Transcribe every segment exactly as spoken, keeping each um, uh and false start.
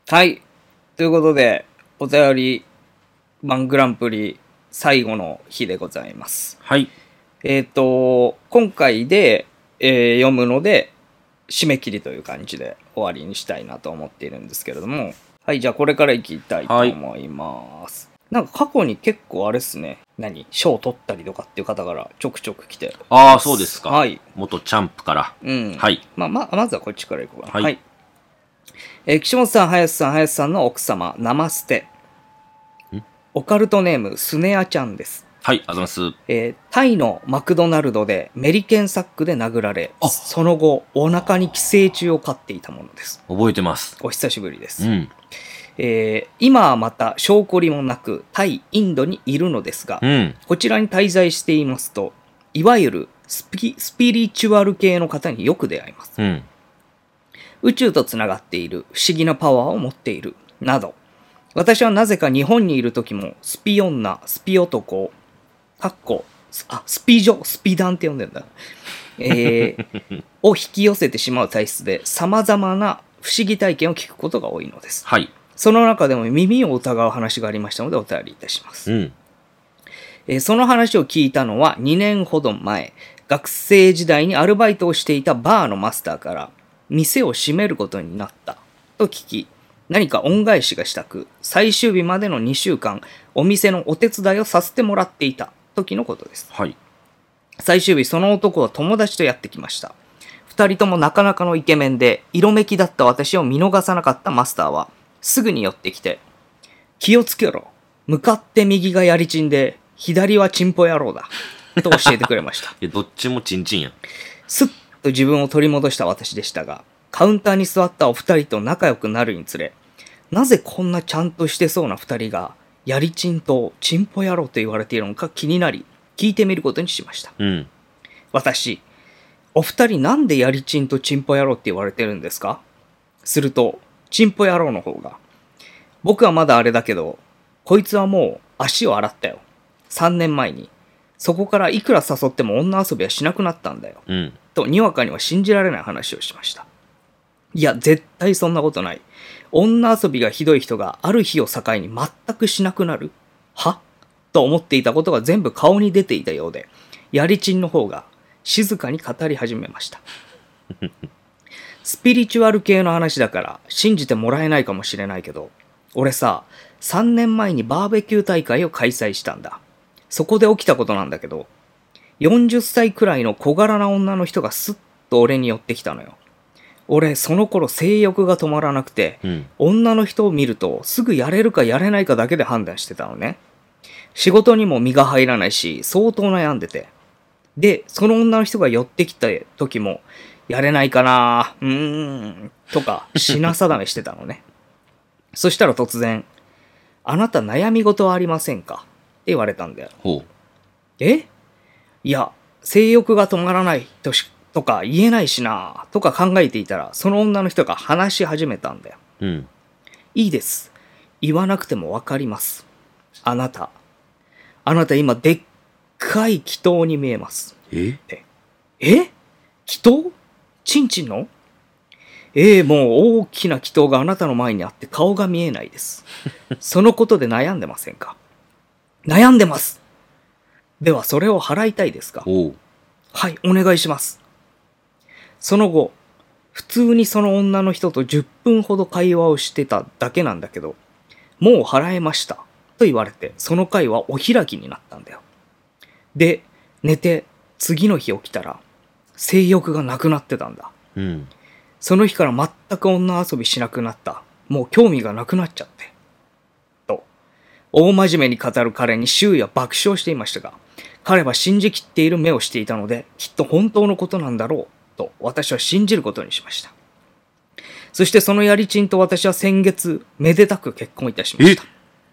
はい。ということで、お便りマングランプリ最後の日でございます。 はい。 えっ、と、今回で、えー読むので、締め切りという感じで終わりにしたいなと思っているんですけれども。はい、じゃあこれからいきたいと思います。なんか過去に結構あれっすね。何賞を取ったりとかっていう方からちょくちょく来て。 ああ、そうですか。 はい。 元チャンプから。 うん。 はい。 まあ、ま、まずはこっちからいこうかな。 はいはい。えー岸本さん、林さん、林さんの奥様、ナマステ。オカルトネーム、スネアちゃんです。 はい、ありがとうございます。 えータイのマクドナルドでメリケンサックで殴られ、 あその後、お腹に寄生虫を飼っていたものです。 覚えてます。 お久しぶりです。 うん。 えー今はまた証拠りもなく、タイ、インドにいるのですが、 うん。 こちらに滞在していますと、いわゆるスピスピリチュアル系の方によく出会います。 うん。 宇宙とつながっている、不思議なパワーを持っている、など、私はなぜか日本にいる時も、スピ女、スピ男、かっこ、あ、スピ女、スピダンって呼んでんだ。えー、を引き寄せてしまう体質で、様々な不思議体験を聞くことが多いのです。 はい。 その中でも耳を疑う話がありましたのでお便りいたします。 うん。 えーその話を聞いたのはにねんほど前、学生時代にアルバイトをしていたバーのマスターから、店を閉めることになったと聞き、何か恩返しがしたく、最終日までのにしゅうかん、お店のお手伝いをさせてもらっていた時のことです。 はい。 最終日、その男は友達とやってきました。二人ともなかなかのイケメンで、色めきだった私を見逃さなかったマスターは、すぐに寄ってきて、気をつけろ。向かって右がやりちんで、左はチンポ野郎だ。と教えてくれました。 いや、どっちもチンチンやん。 すっと自分を取り戻した私でしたが、カウンターに座ったお二人と仲良くなるにつれ、なぜこんなちゃんとしてそうな二人が、やりちんとチンポ野郎と言われているのか気になり、聞いてみることにしました。 うん。 私、お二人なんでやりちんとチンポ野郎って言われてるんですか？すると、チンポ野郎の方が、僕はまだあれだけど、こいつはもう足を洗ったよ。さんねんまえに。そこからいくら誘っても女遊びはしなくなったんだよ。 うん。 と、にわかには信じられない話をしました。いや、絶対そんなことない。女遊びがひどい人がある日を境に全くしなくなる？は？と思っていたことが全部顔に出ていたようで、やりちんの方が静かに語り始めました。スピリチュアル系の話だから信じてもらえないかもしれないけど、俺さ、さんねんまえにバーベキュー大会を開催したんだ。そこで起きたことなんだけど、よんじゅっさいくらいの小柄な女の人がスッと俺に寄ってきたのよ。俺、その頃性欲が止まらなくて、 うん。 女の人を見るとすぐやれるかやれないかだけで判断してたのね。仕事にも身が入らないし、相当悩んでて。で、その女の人が寄ってきた時も、やれないかなうーん、とか、品定めしてたのね。そしたら突然、あなた悩み事はありませんかって言われたんだよ。 ほえ？いや、性欲が止まらないとしとか言えないしなとか考えていたら、その女の人が話し始めたんだよ。 う。うん。 いいです。言わなくてもわかります。あなた、あなた今でっかい祈祷に見えます。 えってえ？祈祷？チンチンの？ええ、もう大きな祈祷があなたの前にあって顔が見えないです。そのことで悩んでませんか？悩んでます。ではそれを払いたいですか？ おう。 はい、お願いします。その後、普通にその女の人とじゅっぷんほど会話をしてただけなんだけど、もう払えましたと言われて、その会はお開きになったんだよ。で、寝て次の日起きたら、性欲がなくなってたんだ。 うん。 その日から全く女遊びしなくなった。もう興味がなくなっちゃって。と、大真面目に語る彼に周囲は爆笑していましたが、彼は信じきっている目をしていたので、きっと本当のことなんだろう、と私は信じることにしました。そしてそのやりちんと私は先月、めでたく結婚いたしました。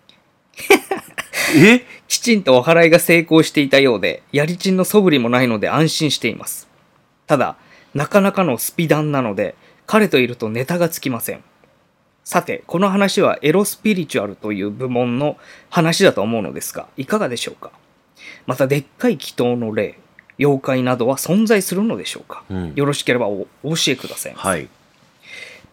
えきちんとお祓いが成功していたようで、やりちんの素振りもないので安心しています。ただ、なかなかのスピダンなので、彼といるとネタがつきません。さて、この話はエロスピリチュアルという部門の話だと思うのですが、いかがでしょうか？また、でっかい祈祷の霊、妖怪などは存在するのでしょうか？ うん。 よろしければおお教えください。 はい。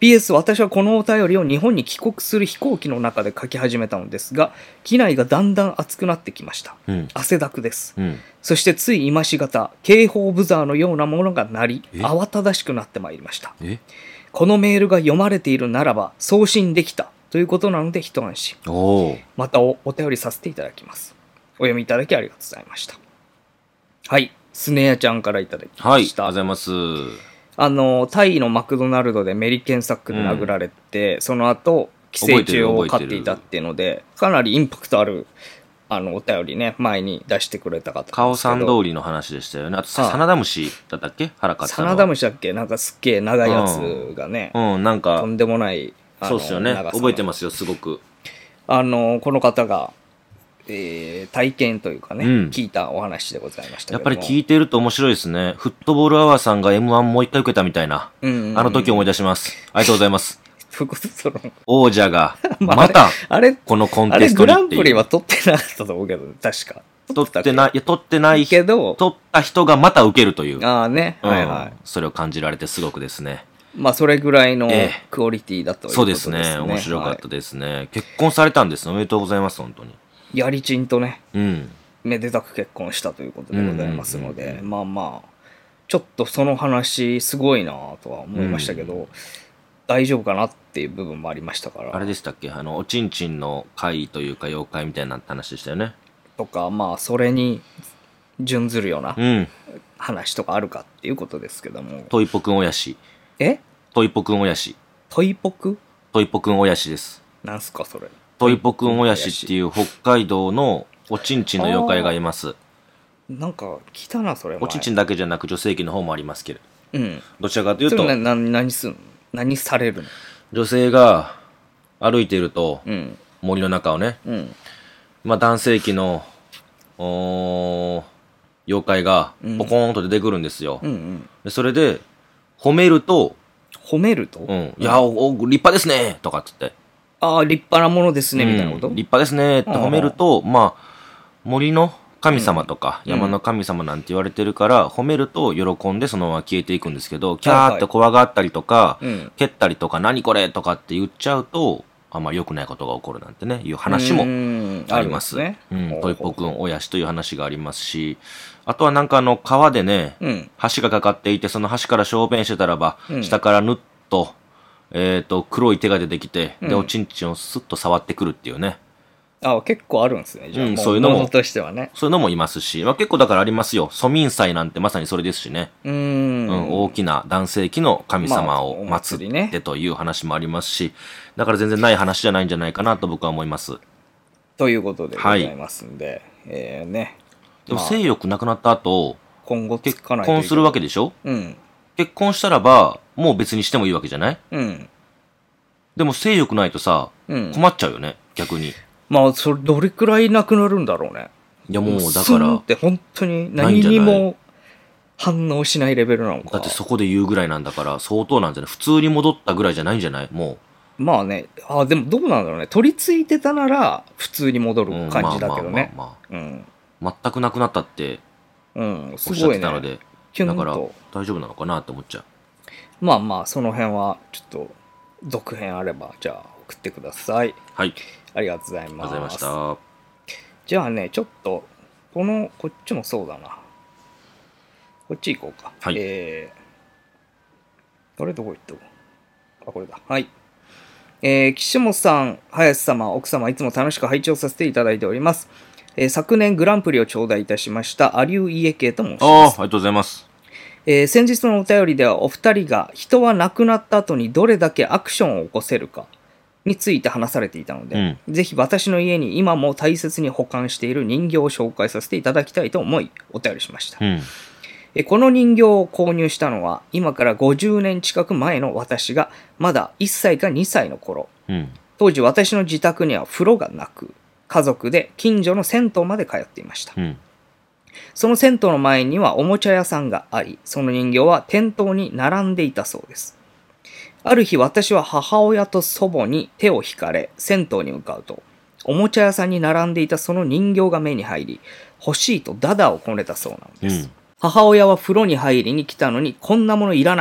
ピーエス 私はこのお便りを日本に帰国する飛行機の中で書き始めたのですが、機内がだんだん暑くなってきました。 うん。 汗だくです。 うん。 そしてつい今しがた、警報ブザーのようなものが鳴り、慌ただしくなってまいりました。 えこのメールが読まれているならば、送信できたということなので一安心。 おー。 また お, お便りさせていただきます。お読みいただきありがとうございました。はい。スネアちゃんからいただきました。 はい。ありがとうございます。 あの、タイのマクドナルドでメリケンサックで殴られて、うん、その後、寄生虫を飼っていたっていうので、かなりインパクトある、あの、お便りね、前に出してくれた方ですけど。 カオさん通りの話でしたよね。あと、サナダムシだったっけ腹かったの。 サナダムシだっけなんかすっげえ長いやつがね。 うん、うん、なんか。 とんでもない。 そうっすよね。覚えてますよ、すごく。 あの、この方が、えー、体験というかね、うん、聞いたお話でございましたけども。 やっぱり聞いてると面白いですね。フットボールアワーさんが エムワン もう一回受けたみたいな。うんうんうん、あの時思い出します。ありがとうございます。王者が、また、 あれ、 このコンテストにっていう。 あれグランプリは取ってなかったと思うけど、確か。 取ってない、いや、取ってないけど、取った人がまた受けるという。 ああね、うん、はいはい。 それを感じられてすごくですね。 まあ、それぐらいのクオリティだということですね。 そうですね。面白かったですね、はい。結婚されたんです。おめでとうございます、本当に。 やりちんとね、 うん、 めでたく結婚したということでございますので、まあまあ、ちょっとその話すごいなとは思いましたけど、うん、大丈夫かなっていう部分もありましたから。 あれでしたっけ、あの、おちんちんの怪というか妖怪みたいな話でしたよね。 とか、まあ、それに準ずるような話とかあるかっていうことですけども。 トイポくんおやし。 えトイポくんおやし。 トイポくトイポくんおやしです。 なんすかそれ。 トイポくんおやしっていう北海道のおちんちんの妖怪がいます。 なんか来たなそれ。 おちんちんだけじゃなく女性器の方もありますけど。 うん。 どちらかというと。 それな何すんの？何されるの？ 女性が歩いていると、 うん、 森の中をね、 うん、 まあ男性器のお妖怪がポコーンと出てくるんですよ。 うんうん、 でそれで褒めると、 褒めると、 うん、いやおお立派ですねとかっつって。 ああ、立派なものですね、みたいなこと、 うん、立派ですねって褒めると、まあ、森の神様とか、山の神様なんて言われてるから、褒めると喜んでそのまま消えていくんですけど、キャーって怖がったりとか、蹴ったりとか、何これとかって言っちゃうと、あんまり良くないことが起こるなんてね、いう話もあります。うん。トイポくんおやしという話がありますし、あとはなんかあの、川でね、橋がかかっていて、その橋から小便してたらば、下からぬっと、えっと、黒い手が出てきて、で、おちんちんをスッと触ってくるっていうね。 ああ、結構あるんですね。じゃあ、うん、 そういうのも、 としてはね。 そういうのもいますし、まあ、結構だからありますよ。蘇民祭なんてまさにそれですしね。 うん,、うん。 大きな男性器の神様を祀ってという話もありますし、だから全然ない話じゃないんじゃないかなと僕は思います。 ということでございますんで、はい、えー、ね。 でも性欲なくなった後、 今後結婚するわけでしょ？ うん。 結婚したらば、もう別にしてもいいわけじゃない？ うん。 でも性欲ないとさ、うん、困っちゃうよね、逆に。 まあ、それどれくらいなくなるんだろうね。 いやもうだから。 って本当に何にも反応しないレベルなのか。 だってそこで言うぐらいなんだから相当なんじゃない？普通に戻ったぐらいじゃないんじゃない？もう。まあね、あでもどうなんだろうね。取り付いてたなら普通に戻る感じだけどね。 まあまあまあまあ。うん。全くなくなったって、 うん、 おっしゃってたので、だから大丈夫なのかなって思っちゃう。まあまあ、その辺はちょっと続編あれば、じゃあ送ってください。 はい。 ありがとうございます。 ありがとうございました。 じゃあね、ちょっと、この、こっちもそうだな。こっち行こうか。 はい。 えー、あれどこ行ったあ、これだ。はい。えー、岸本さん、林様、奥様、いつも楽しく拝聴させていただいております。えー、昨年グランプリを頂戴いたしました、有生家系と申します。 ああ、ありがとうございます。 えー、先日のお便りではお二人が人は亡くなった後にどれだけアクションを起こせるかについて話されていたので、うん、ぜひ私の家に今も大切に保管している人形を紹介させていただきたいと思いお便りしました。 うん、 えこの人形を購入したのは今からごじゅうねん近く前の私がまだいっさいかにさいの頃、 うん、 当時私の自宅には風呂がなく家族で近所の銭湯まで通っていました。 うん、 その銭湯の前にはおもちゃ屋さんがあり、その人形は店頭に並んでいたそうです。ある日私は母親と祖母に手を引かれ銭湯に向かうと、おもちゃ屋さんに並んでいたその人形が目に入り、欲しいとダダをこねたそうなのです。うん、母親は風呂に入りに来たのにこんなものいらないと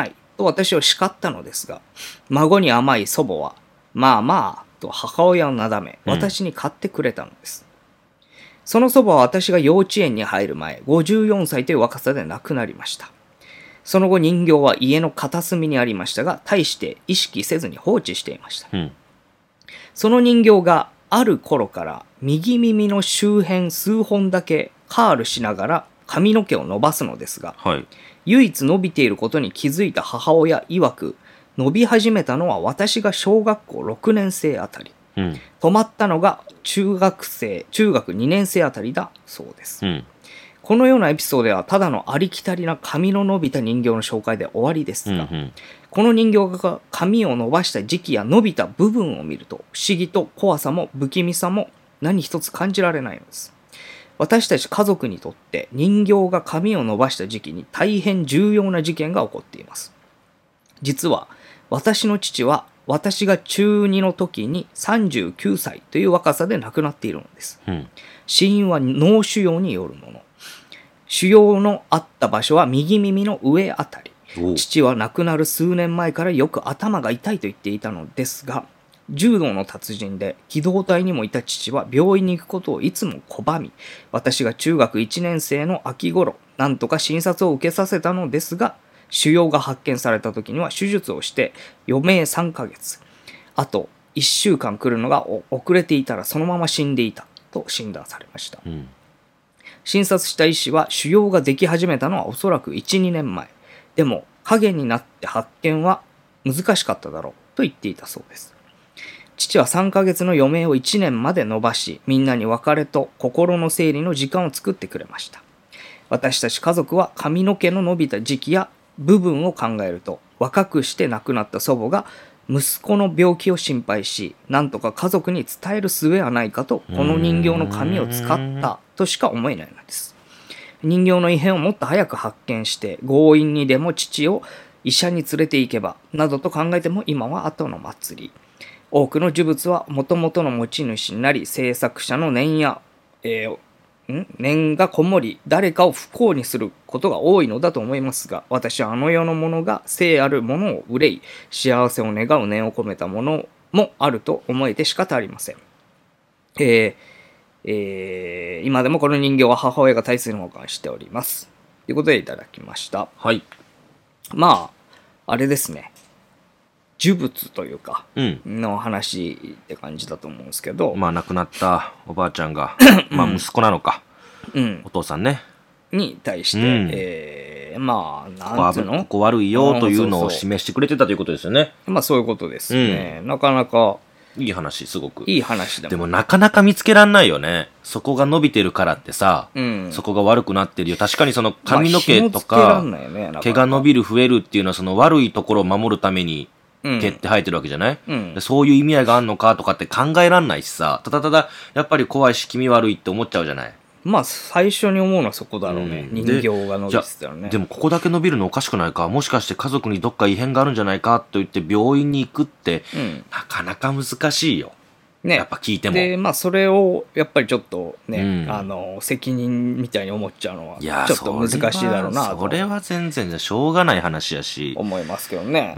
と私を叱ったのですが、孫に甘い祖母は、まあまあ、と母親をなだめ、私に買ってくれたのです。うん、その祖母は私が幼稚園に入る前、ごじゅうよんさいという若さで亡くなりました。その後人形は家の片隅にありましたが、大して意識せずに放置していました。うん、その人形がある頃から右耳の周辺数本だけカールしながら髪の毛を伸ばすのですが、はい、唯一伸びていることに気づいた母親曰く、伸び始めたのは私が小学校ろくねん生あたり、うん、止まったのが中学生、中学にねん生あたりだそうです。うん、このようなエピソードはただのありきたりな髪の伸びた人形の紹介で終わりですが、うんうん、この人形が髪を伸ばした時期や伸びた部分を見ると、不思議と怖さも不気味さも何一つ感じられないのです。私たち家族にとって人形が髪を伸ばした時期に大変重要な事件が起こっています。実は私の父は私がちゅうにの時にさんじゅうきゅうさいという若さで亡くなっているのです。うん、死因は脳腫瘍によるもの。腫瘍のあった場所は右耳の上あたり。父は亡くなる数年前からよく頭が痛いと言っていたのですが、柔道の達人で機動隊にもいた父は病院に行くことをいつも拒み、私が中学いちねん生の秋頃、なんとか診察を受けさせたのですが、腫瘍が発見された時には手術をして余命さんかげつ、あといっしゅうかん来るのが遅れていたらそのまま死んでいたと診断されました。うん、診察した医師は腫瘍ができ始めたのはおそらくいち、にねんまえ。でも影になって発見は難しかっただろうと言っていたそうです。父はさんかげつの余命をいちねんまで延ばし、みんなに別れと心の整理の時間を作ってくれました。私たち家族は髪の毛の伸びた時期や部分を考えると、若くして亡くなった祖母が息子の病気を心配し、なんとか家族に伝える術はないかと、この人形の髪を使ったとしか思えないのです。人形の異変をもっと早く発見して、強引にでも父を医者に連れて行けば、などと考えても今は後の祭り。多くの呪物は元々の持ち主になり、制作者の念や、えーん念がこもり、誰かを不幸にすることが多いのだと思いますが、私はあの世のものが聖あるものを憂い、幸せを願う念を込めたものもあると思えて仕方ありません。えーえー、今でもこの人形は母親が大切に保管しております。ということでいただきました。はい。まあ、あれですね。呪物というか、うん、の話って感じだと思うんですけど。 まあ、亡くなったおばあちゃんが、まあ、息子なのか、うん、お父さんね。 に対して、うん、えー、まあ、なんていうの？ ここ悪いよというのを示してくれてたということですよね。 まあ、そういうことですね。うん、なかなか、 いい話、すごく。 いい話だもん。でもなかなか見つけらんないよね。そこが伸びてるからってさ、うん、そこが悪くなってるよ。確かにその髪の毛とか、まあね、毛が伸びる増えるっていうのはその悪いところを守るために毛って生えてるわけじゃない、うん、でそういう意味合いがあるのかとかって考えらんないしさ、ただただやっぱり怖いし気味悪いって思っちゃうじゃない。 まあ最初に思うのはそこだろうね、うん、人形が伸びてたらね。 でもここだけ伸びるのおかしくないか、もしかして家族にどっか異変があるんじゃないかと言って病院に行くって、うん、なかなか難しいよね、やっぱ聞いても。 で、まあ、それを、やっぱりちょっとね、うん、あの、責任みたいに思っちゃうのは、ちょっと難しいだろうなと。 それは全然しょうがない話やし。 思いますけどね。うん。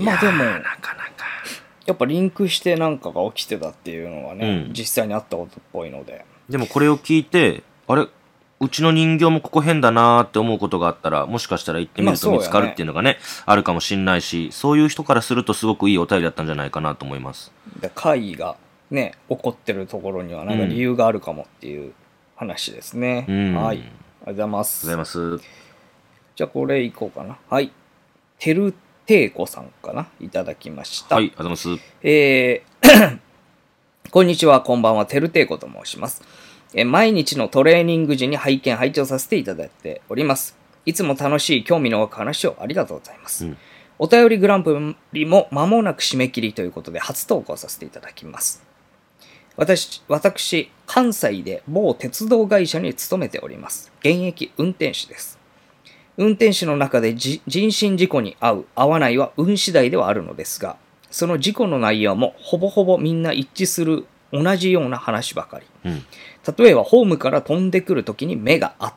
まあでも、なかなか。やっぱリンクしてなんかが起きてたっていうのはね、うん、実際にあったことっぽいので。 でもこれを聞いて、あれうちの人形もここ変だなーって思うことがあったら、もしかしたら行ってみると見つかるっていうのがね、まあ、ねあるかもしれないし、そういう人からするとすごくいいお便りだったんじゃないかなと思います。 怪異がね、起こってるところにはなんか理由があるかもっていう話ですね。うん、はい。ありがとうございます。 ありがとうございます。 じゃあこれいこうかな。はい。てるていこさんかな。いただきました。 はい、ありがとうございます。 えー、こんにちは、こんばんは、てるていこと申します。え毎日のトレーニング時に拝見拝聴させていただいております。いつも楽しい興味の湧く話をありがとうございます。うん、お便りグランプリも間もなく締め切りということで初投稿させていただきます。私、私、関西で某鉄道会社に勤めております。現役運転手です。運転手の中で人身事故に遭う、遭わないは運次第ではあるのですが、その事故の内容もほぼほぼみんな一致する同じような話ばかり。うん、例えばホームから飛んでくるときに目があった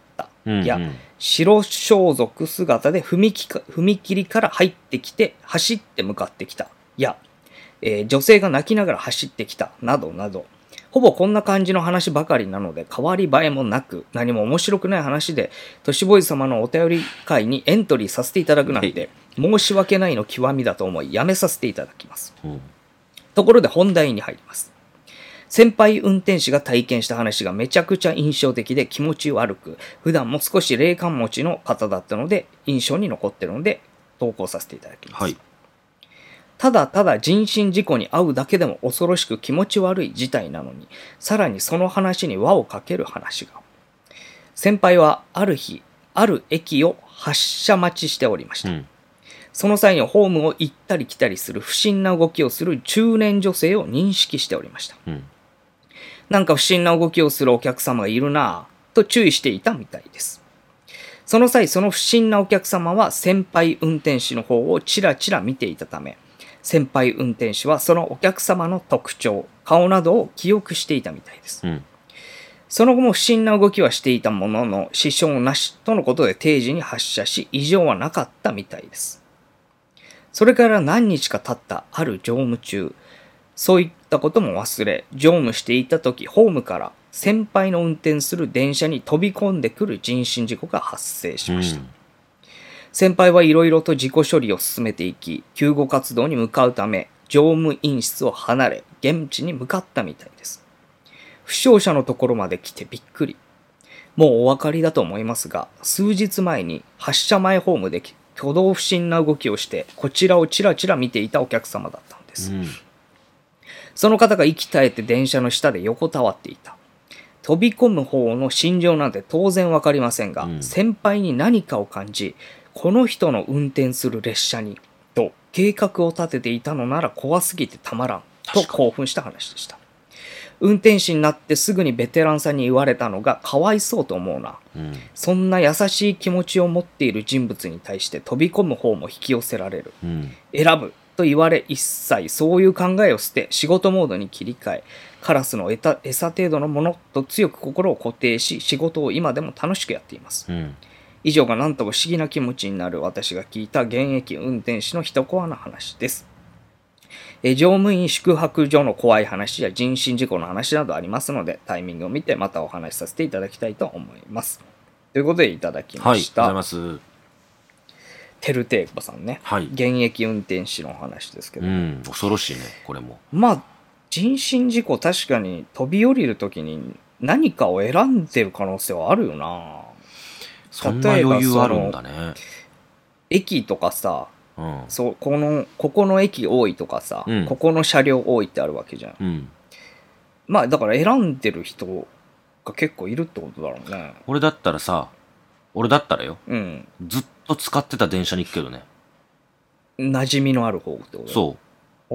うんうん、 いや、白装束姿で踏切か踏切から入ってきて走って向かってきた。いや、えー、女性が泣きながら走ってきた。などなど。ほぼこんな感じの話ばかりなので、変わり映えもなく、何も面白くない話で、都市ボーイズ様のお便り会にエントリーさせていただくなんて、申し訳ないの極みだと思い、やめさせていただきます。うん、ところで本題に入ります。先輩運転士が体験した話がめちゃくちゃ印象的で気持ち悪く、普段も少し霊感持ちの方だったので、印象に残ってるので、投稿させていただきます。はい、ただただ人身事故に遭うだけでも恐ろしく気持ち悪い事態なのに、さらにその話に輪をかける話が。先輩はある日、ある駅を発車待ちしておりました。うん、その際にホームを行ったり来たりする不審な動きをする中年女性を認識しておりました。うん、なんか不審な動きをするお客様がいるなぁと注意していたみたいです。その際、その不審なお客様は先輩運転士の方をちらちら見ていたため、先輩運転手はそのお客様の特徴、顔などを記憶していたみたいです。うん、その後も不審な動きはしていたものの、支障なしとのことで定時に発車し、異常はなかったみたいです。それから何日か経ったある乗務中、そういったことも忘れ、乗務していた時、ホームから先輩の運転する電車に飛び込んでくる人身事故が発生しました。うん、先輩はいろいろと事故処理を進めていき、救護活動に向かうため、乗務員室を離れ、現地に向かったみたいです。負傷者のところまで来てびっくり。もうお分かりだと思いますが、数日前に発車前ホームで挙動不審な動きをして、こちらをちらちら見ていたお客様だったんです。うん、その方が息絶えて電車の下で横たわっていた。飛び込む方の心情なんて当然わかりませんが、うん、先輩に何かを感じ、この人の運転する列車に、と計画を立てていたのなら怖すぎてたまらん、と興奮した話でした。運転士になってすぐにベテランさんに言われたのがかわいそうと思うな。うん、そんな優しい気持ちを持っている人物に対して飛び込む方も引き寄せられる。うん、選ぶと言われ一切そういう考えを捨て仕事モードに切り替え、カラスの餌程度のものと強く心を固定し仕事を今でも楽しくやっています。うん、以上がなんとも不思議な気持ちになる私が聞いた現役運転士の一コアな話です。え乗務員宿泊所の怖い話や人身事故の話などありますので、タイミングを見てまたお話しさせていただきたいと思います。ということでいただきました。 はい、ありがとうございます。 テルテーコさんね、はい、現役運転士のお話ですけど、 うん、恐ろしいねこれも。 まあ人身事故、確かに飛び降りるときに何かを選んでる可能性はあるよな。 そんな余裕あるんだね。 駅とかさ、うん、そうこのここの駅多いとかさ、うん、ここの車両多いってあるわけじゃん、うん、まあだから選んでる人が結構いるってことだろうね。 俺だったらさ俺だったらよ、うん、ずっと使ってた電車に行くけどね。 馴染みのある方ってこと。 そう。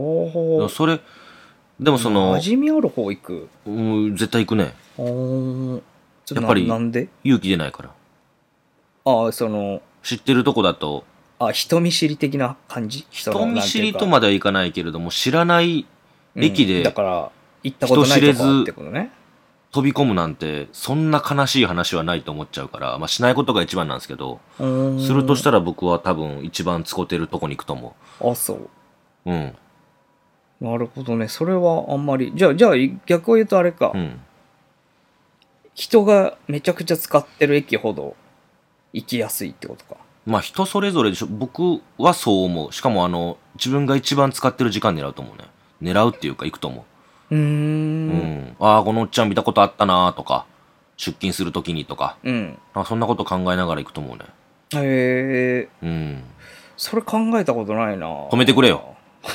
おお。 それでもその馴染みある方行く。 うん、絶対行くね。 おやっぱりなんで勇気出ないから。 ああ、その知ってるとこだと。 あ、人見知り的な感じ。 人見知りとまではいかないけれども、知らない駅で、 うん、だから行ったことないとこってことね。 飛び込むなんてそんな悲しい話はないと思っちゃうから、まあ、しないことが一番なんですけど、するとしたら僕は多分一番使ってるとこに行くと思う。あ、そう。 うん。 なるほどね。それはあんまりじゃあじゃあ逆を言うとあれか、うん、人がめちゃくちゃ使ってる駅ほど行きやすいってことか。 まあ人それぞれでしょ。僕はそう思う。しかもあの自分が一番使ってる時間狙うと思うね。狙うっていうか行くと思う。うーん。うん。ああ、このおっちゃん見たことあったなとか、出勤するときにとか、うん。あ、そんなこと考えながら行くと思うね。 へえ。 うん。 それ考えたことないな。 止めてくれよ。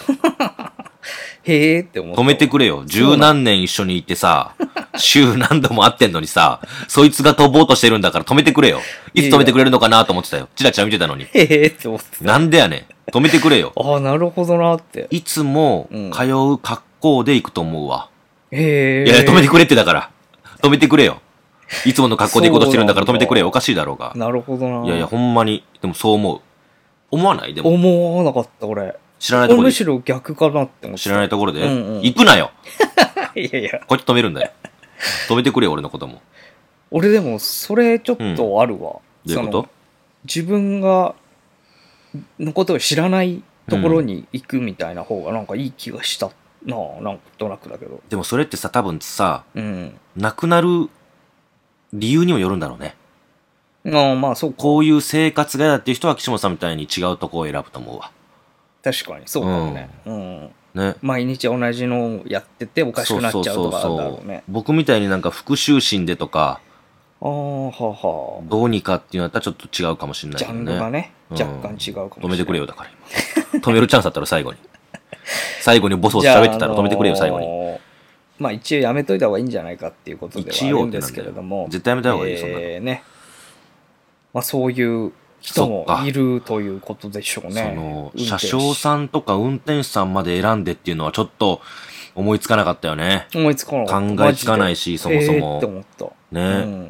へえって思った。 止めてくれよ。十何年一緒にいてさ、週何度も会ってんのにさ、そいつが飛ぼうとしてるんだから止めてくれよ。いつ止めてくれるのかなと思ってたよ。チラチラ見てたのに。 へえって思ってた。 なんでやねん。止めてくれよ。 ああ、なるほどなって。 いつも通う格好で行くと思うわ。 へえ。 いや、止めてくれってだから。止めてくれよ。いつもの格好で行こうとしてるんだから止めてくれよ。おかしいだろうが。 なるほどな。 いやいや、ほんまに。でもそう思う。思わないでも。 思わなかった、俺。 知らないところで。 むしろ逆かなって思って。 知らないところで、うんうん、行くなよ。 いやいや。 こうやって止めるんだよ。止めてくれよ、俺のことも。 俺でもそれちょっとあるわ、うん、 どういうこと？ 自分がのことを知らないところに行くみたいな方がなんかいい気がしたなあ、なんとなくだけど。 でもそれってさ、多分さ、 うん、 亡くなる理由にもよるんだろうね。 ああ、まあそうか。 こういう生活が嫌だっていう人は岸本さんみたいに違うとこを選ぶと思うわ。 確かにそうかもね。うん。うんね、 毎日同じのをやってておかしくなっちゃうとかだろうね。そうそうそうそう。 僕みたいになんか復讐心でとか、 ああ、ははどうにかっていうのだったらちょっと違うかもしれないけどね。 ジャンルがね、若干違うかもしれない。 止めてくれよ、だから今。止めるチャンスだったら最後に。最後にボソボソ喋ってたら止めてくれよ、最後に。 まあ一応やめといた方がいいんじゃないかっていうことではあるんですけれども。 絶対やめた方がいいよ、そんなの。 えー、ね。まあそういう人もいるということでしょうね。 その、車掌さんとか運転手さんまで選んでっていうのはちょっと思いつかなかったよね。 思いつかなかった。 考えつかないし、そもそも。 えーって思った。 ね、うん、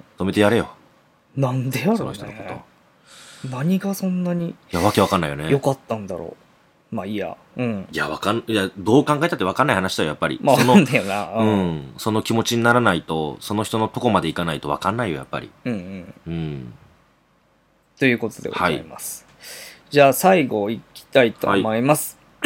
止めてやれよ。 なんでやろうね。その人のこと。何がそんなに。 いや、わけわかんないよね。 よかったんだろう。まあいいや。うん。 いや、わかん、いや、どう考えたってわかんない話だよ、やっぱり。 まあ、 その、 なんだよな。 うん。その気持ちにならないと、その人のとこまで行かないとわかんないよ、やっぱり。 うんうん。 うん。 ということでございます。はい、じゃあ最後いきたいと思います。はい、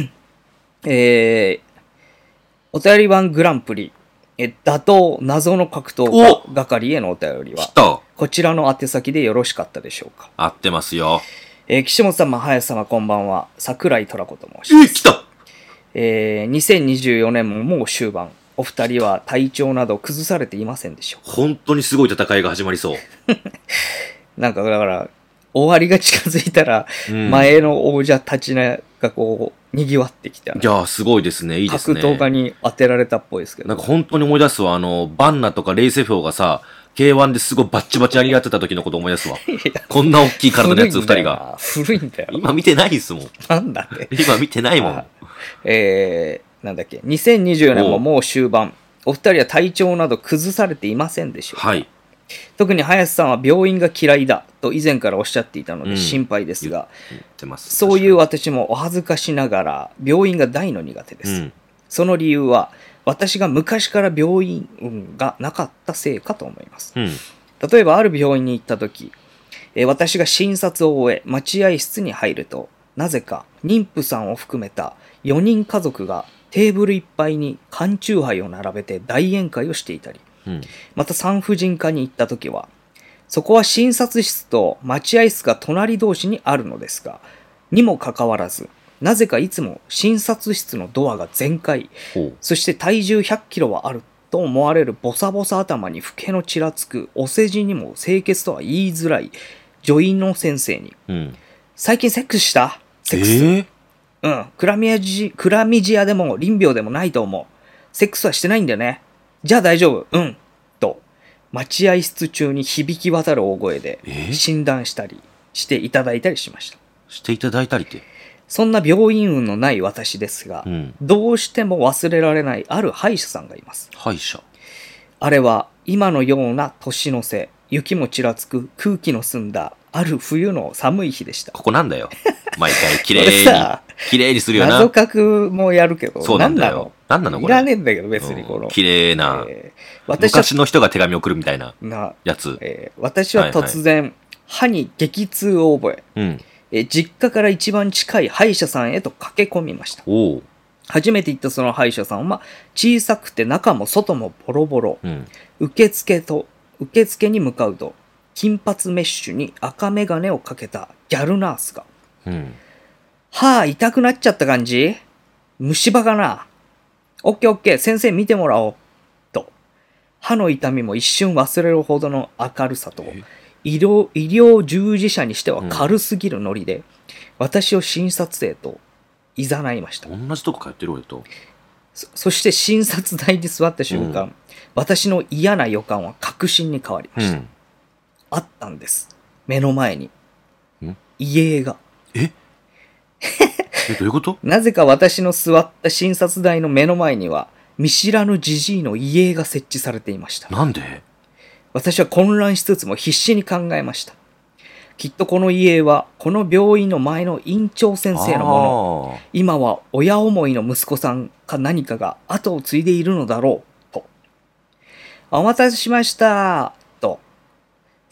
えー、お便り版グランプリ、え打倒謎の格闘家係へのお便りは、こちらの宛先でよろしかったでしょうか。 合ってますよ。 えー、岸本様、林様、こんばんは。桜井虎子と申します。 えー、来たえー、にせんにじゅうよねんももう終盤。お二人は体調など崩されていませんでしょうか。 本当にすごい戦いが始まりそう。 なんかだから終わりが近づいたら、うん、前の王者たちがこう賑わってきた、 ね、いやすごいですね、いいですね。 格闘家に当てられたっぽいですけど、 なんか本当に思い出すわ。あのバンナとかレイセフォーがさ ケーワン ですごいバッチバチやり合ってた時のこと思い出すわ。こんな大きい体のやつふたりが。 古いんだよ。 今見てないですもん。 なんだって。 今見てないもん。 えー、なんだっけ。にせんにじゅうよねんももう終盤。おお二人は体調など崩されていませんでしょうか。 はい。 特に林さんは病院が嫌いだと以前からおっしゃっていたので心配ですが、 うん、 そういう私もお恥ずかしながら病院が大の苦手です。うん、その理由は私が昔から病院がなかったせいかと思います。うん、例えばある病院に行った時、え私が診察を終え待合室に入ると、なぜか妊婦さんを含めたよにん家族がテーブルいっぱいに缶チューハイを並べて大宴会をしていたり、うん、また産婦人科に行った時は、そこは診察室と待合室が隣同士にあるのですが、にもかかわらず、なぜかいつも診察室のドアが全開、そして体重ひゃっキロはあると思われるボサボサ頭にフケのちらつく、お世辞にも清潔とは言いづらい女医の先生に、うん、最近セックスしたセックス、えー、うん、クラミジ、クラミジアでも淋病でもないと思う。セックスはしてないんだよね。じゃあ大丈夫。うん。と、待合室中に響き渡る大声で診断したりしていただいたりしました。 していただいたりって。 そんな病院運のない私ですが、うん、どうしても忘れられないある歯医者さんがいます。 歯医者。 あれは今のような年の瀬、雪もちらつく空気の澄んだある冬の寒い日でした。 ここなんだよ。毎回綺麗に綺麗にするよな。 謎かくもやるけど、 そうなんだよ。なんなのこれ。 いらねえんだけど別にこの、 うん、綺麗な、えー、昔の人が手紙を送るみたいなやつ。 えー、私は突然、はいはい、歯に激痛を覚え、うんえー、実家から一番近い歯医者さんへと駆け込みました。 お初めて行ったその歯医者さんは小さくて中も外もボロボロ、うん、受付と受付に向かうと金髪メッシュに赤眼鏡をかけたギャルナースが、うん、歯痛くなっちゃった感じ？虫歯かな？オッケーオッケー、先生見てもらおう。と、歯の痛みも一瞬忘れるほどの明るさと、医療、医療従事者にしては軽すぎるノリで、うん、私を診察へと誘いました。 同じとこ通ってる俺と。 そ, そして診察台に座った瞬間、うん、私の嫌な予感は確信に変わりました。うん、あったんです。目の前に。遺影が。 ええ、どういうこと？ なぜか私の座った診察台の目の前には見知らぬジジイの遺影が設置されていました。 なんで？ 私は混乱しつつも必死に考えました。きっとこの遺影はこの病院の前の院長先生のもの。今は親思いの息子さんか何かが後を継いでいるのだろうと。お待たせしました。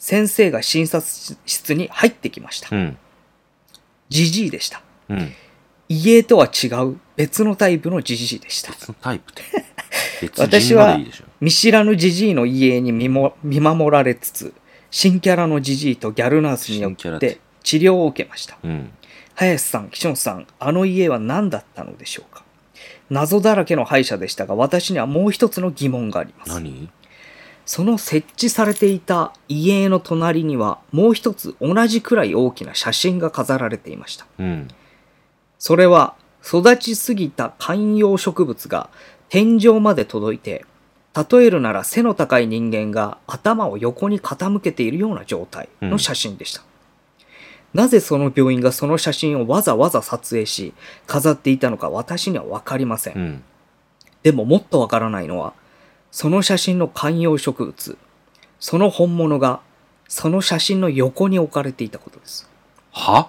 先生が診察室に入ってきました。 うん。 ジジイでした。 うん。 遺影とは違う別のタイプのジジイでした。 別のタイプって別人のでいいでしょ。 私は見知らぬジジイの遺影に見も見守られつつ、新キャラのジジイとギャルナースによって治療を受けました。 うん、 林さん、岸本さん、あの家は何だったのでしょうか。謎だらけの歯医者でしたが、私にはもう一つの疑問があります。 何？ その設置されていた遺影の隣には、もう一つ同じくらい大きな写真が飾られていました。 うん、 それは、育ちすぎた観葉植物が天井まで届いて、例えるなら背の高い人間が頭を横に傾けているような状態の写真でした。うん、なぜその病院がその写真をわざわざ撮影し飾っていたのか私には分かりません。うん、でももっと分からないのは、その写真の観葉植物、その本物がその写真の横に置かれていたことです。 は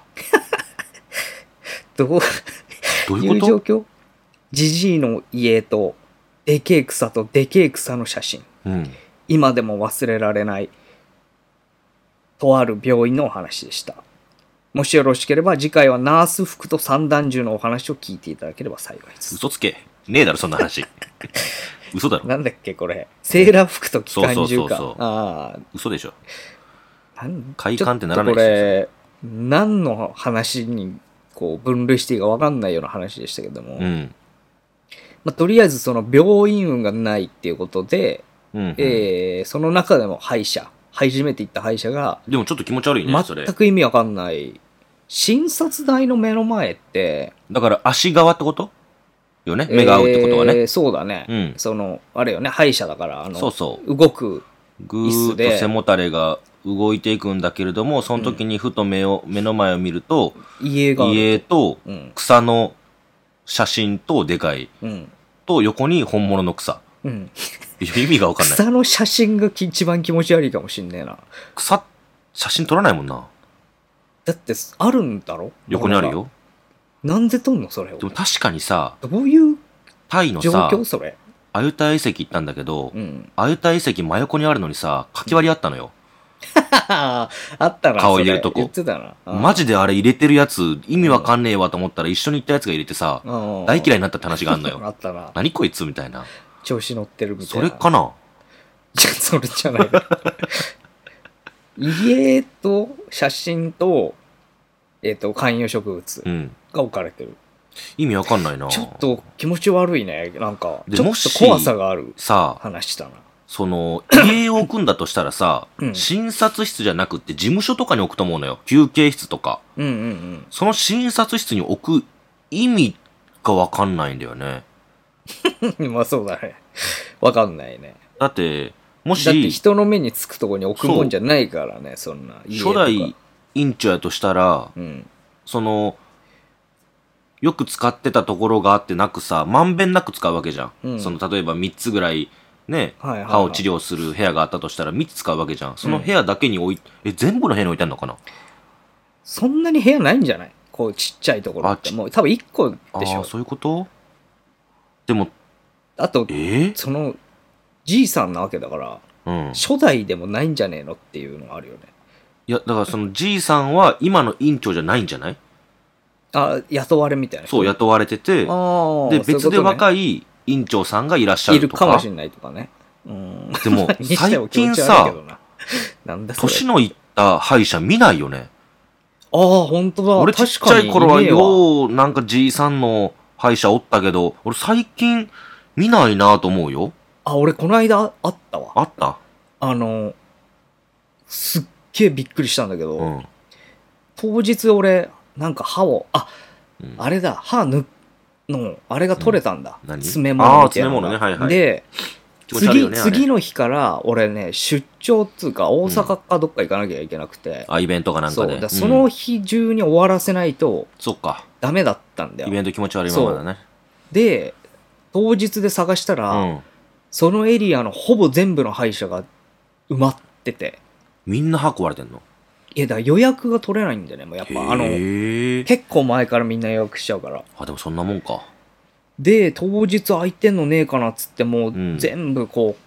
どうどういうこと？ いう状況？ジジイの家とでけえ草とでけえ草の写真、 うん、 今でも忘れられないとある病院のお話でした。もしよろしければ次回はナース服と散弾銃のお話を聞いていただければ幸いです。 嘘つけ。ねえだろそんな話。嘘だろ。 なんだっけこれ、セーラー服と機関銃か。そうそうそうそう。 ああ、嘘でしょ。 なん快感ってならないでしょ。これ何の話にこう分類していいか分かんないような話でしたけども、 うん、 まあ、とりあえずその病院運がないっていうことで、 うんうん、 えー、その中でも歯医者初めて行った歯医者がでもちょっと気持ち悪いねそれ。 全く意味わかんない。診察台の目の前ってだから足側ってことよね、目が合うってことはね、 えー、そうだね、 うん、 そのあれよね、歯医者だからあのそうそう動くぐーっと背もたれが動いていくんだけれども、その時にふと目を、うん、目の前を見ると家が家と草の写真とでかい、うん、と横に本物の草、うん、意味が分かんない。 草の写真が一番気持ち悪いかもしんねえな。 草写真撮らないもんな。 だってあるんだろ、 横にあるよ。 なんで撮んのそれを。 でも確かにさ、 どういうタイのさ状況それ。 アユタ遺跡行ったんだけど、うん、アユタ遺跡真横にあるのにさ、かき割りあったのよ。 あったな。 顔入れるとこ。 言ってたな。 マジであれ入れてるやつ、意味わかんねえわと思ったら一緒に行ったやつが入れてさ、大嫌いになったって話があんのよ。 あったな。 何こいつみたいな。 調子乗ってるみたいな。 それかな。 じゃそれじゃない。家と写真と、えっと、観葉植物が置かれてる。うん、 意味わかんないな。 ちょっと気持ち悪いね。なんか、ちょっと怖さがある話だな。 その、家を置くんだとしたらさ、うん、診察室じゃなくて事務所とかに置くと思うのよ。休憩室とか。 うんうんうん、その診察室に置く意味がわかんないんだよね。 まあそうだね。わかんないね。 だって、もし。 だって人の目につくとこに置くもんじゃないからね、そんな家とか。 初代院長やとしたら、うん、その、よく使ってたところがあってなくさ、まんべんなく使うわけじゃん。うん、その例えばみっつぐらいね、はいはいはい、歯を治療する部屋があったとしたらみっつ使うわけじゃん。その部屋だけに置い、うん、え、全部の部屋に置いてあるのかな。 そんなに部屋ないんじゃない？こうちっちゃいところって。もう多分いっこでしょ。 あ、そういうこと？でも、 あと、 えー、 その、じいさんなわけだから、うん、初代でもないんじゃねえのっていうのがあるよね。 いや、だからそのじいさんは今の院長じゃないんじゃない？ あ、雇われみたいな。 そう、雇われてて、で、別で若い院長さんがいらっしゃるとか。 いるかもしれないとかね。うん。 でも、最近さ、 なんだ年のいった歯医者見ないよね。 ああ、本当だ。 俺ちっちゃい頃はよう、なんかじいさんの歯医者おったけど、俺最近見ないなと思うよ。 あ、俺この間あったわ。 あった？ あの、すっげえびっくりしたんだけど、うん、当日俺、なんか歯を、あ、うん、あれだ、歯抜の、あれが取れたんだ。うん、詰め物みたいなのが。あ、詰め物ね、はいはい。で、次、ね、次の日から俺ね、出張っつうか大阪かどっか行かなきゃいけなくて、 うん、あ、イベントかなんかで、 そうだ、その日中に終わらせないと、 そっか、 ダメだったんだよ。 イベント気持ち悪いままだね。 で、当日で探したら、うん、そのエリアのほぼ全部の歯医者が埋まってて。 みんな歯壊れてんの？ いや、だから予約が取れないんだよね。もうやっぱあの結構前からみんな予約しちゃうから。 あ、でもそんなもんか。 で、当日空いてんのねえかなっつってもう全部こう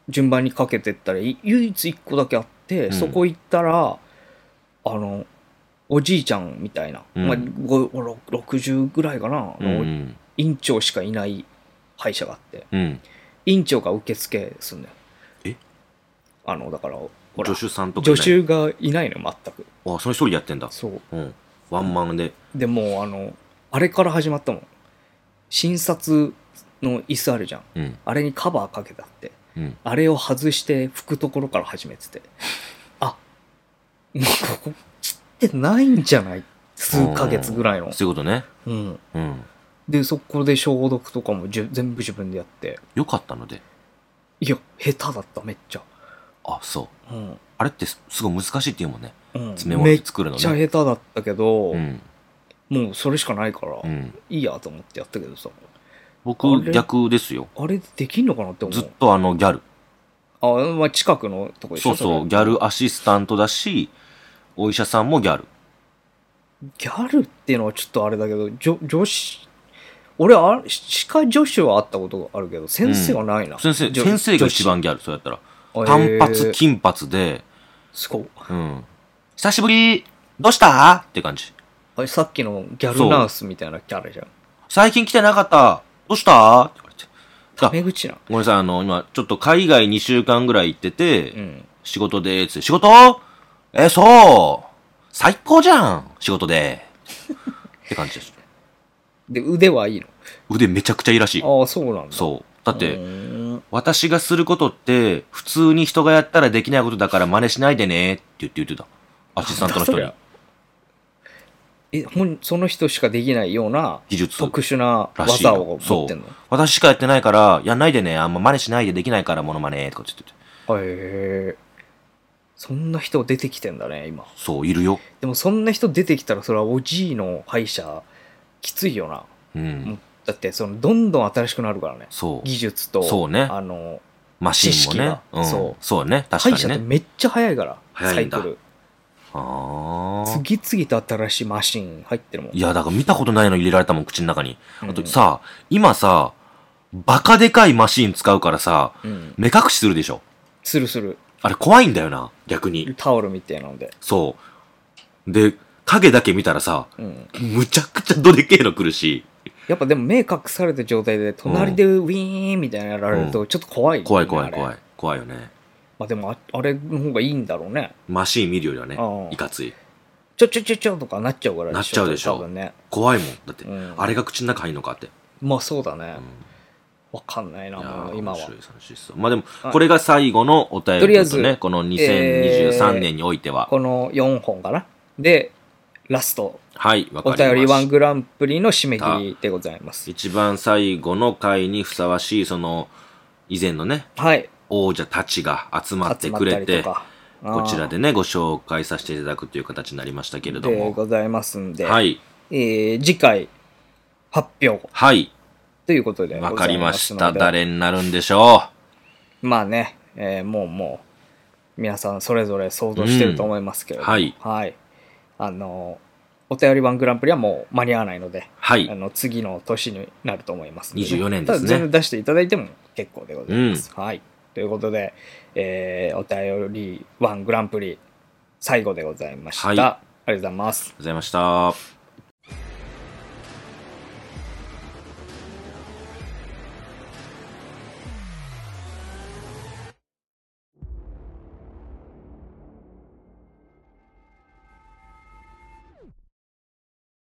順番にかけてったらい唯一いっこだけあって、 うんそこ行ったらあのおじいちゃんみたいな、 うんまあ、ごろろくじゅうぐらいかな、 うんうん院長しかいない歯医者があって、 うん院長が受付すんねん。 えあのだからほら助手さんとかいない助手がいないのよ全く。 あその一人でやってんだそううんワンマンででもうあのあれから始まったもん。診察の椅子あるじゃん、 うんあれにカバーかけてあって、 うんあれを外して拭くところから始めてて、あもうここ切ってないんじゃない、数ヶ月ぐらいの。 そういうことねうんうんでそこで消毒とかもじゅ全部自分でやって、 よかったのでいや下手だっためっちゃ。 あそううんあれってすすごい難しいって言うもんねうん詰め物って作るのめっちゃね下手だったけど、 うんもうそれしかないから、 うんいいやと思ってやったけどさ、 僕あれ逆ですよあれでできんのかなって思う。 ずっとあのギャルあ、まあ、近くのとこでしょ。 そうそうギャルアシスタントだしお医者さんもギャルギャルっていうのはちょっとあれだけど、女女子、俺あ、歯科助手はあったことがあるけど、先生はないな。 先生じょ先生が一番ギャルそうやったら女子単発へー金髪ですごい。 うん久しぶりどうしたって感じあれ、さっきのギャルナースみたいなキャラじゃん。 最近来てなかったどうしたって言われてタメ口な。 ごめんなさいあの今ちょっと海外にしゅうかんぐらい行ってて、 うん。 仕事でーつって仕事えそう最高じゃん仕事でって感じですで、腕はいいの。 腕めちゃくちゃいいらしいああ、そうなんだ。 そうだっうてーん私がすることって普通に人がやったらできないことだから真似しないでねって言って言ってたアシスタントの人になんだえ、ほん、その人しかできないような技術特殊ならしい技を持そうってんの。 私しかやってないからやんないでねあんま真似しないでできないからモノマネとか言っててへえ。そんな人出てきてんだね、今。 そういるよでもそんな人出てきたら、それはおじいの歯医者、きついよな。 うんもうだって、その、どんどん新しくなるからね。 そう技術と、 そうねあの、 マシンもね知識がうんそうそうね確歯医者かにねってめっちゃ早いから、 早いんだサイクル。 ああ次々と新しいマシン入ってるもん。 いやだから見たことないの入れられたもん口の中にうんあとさ今さバカでかいマシン使うからさうん。 目隠しするでしょするする。 あれ怖いんだよな逆にタオルみたいなので。 そうで影だけ見たらさうん。 むちゃくちゃどでけえの来るしやっぱでも目隠された状態で、隣でウィーンみたいなのやられると、ちょっと怖い、ね怖い怖いあれ怖い怖いよねまあでもあ、あれの方がいいんだろうね。 マシン見るよりはねうんいかついちょちょちょちょとかなっちゃうからなっちゃうでしょ多分ね。 怖いもんだってうんあれが口の中入んのかってまあそうだね。 うんわかんないな、 いやーもう今は面。白い話ですまあでもはいこれが最後のお便りですとりあえずねこのにせんにじゅうさんねんにおいてはこのよんほんかな。で、ラスト、 はいわかおりました便りワングランプリの締め切りでございます。 一番最後の回にふさわしいその以前のねはい。 王者たちが集まって集まったくれてりとか。 こちらでねご紹介させていただくという形になりましたけれどでもございますんで、 はいえー次回発表はいということでございますので。 わかりました誰になるんでしょまあね、えーもうもう、皆さんそれぞれ想像してると思いますけれども、 うんはいはい。あの、お便りワングランプリはもう間に合わないので、 うはいあの次の年になると思いますので、 にじゅうよねんですねただ全然出していただいても結構でございます。はい。ということで、えーお便りワングランプリ最後でございました。 はいありがとうございます。 ございました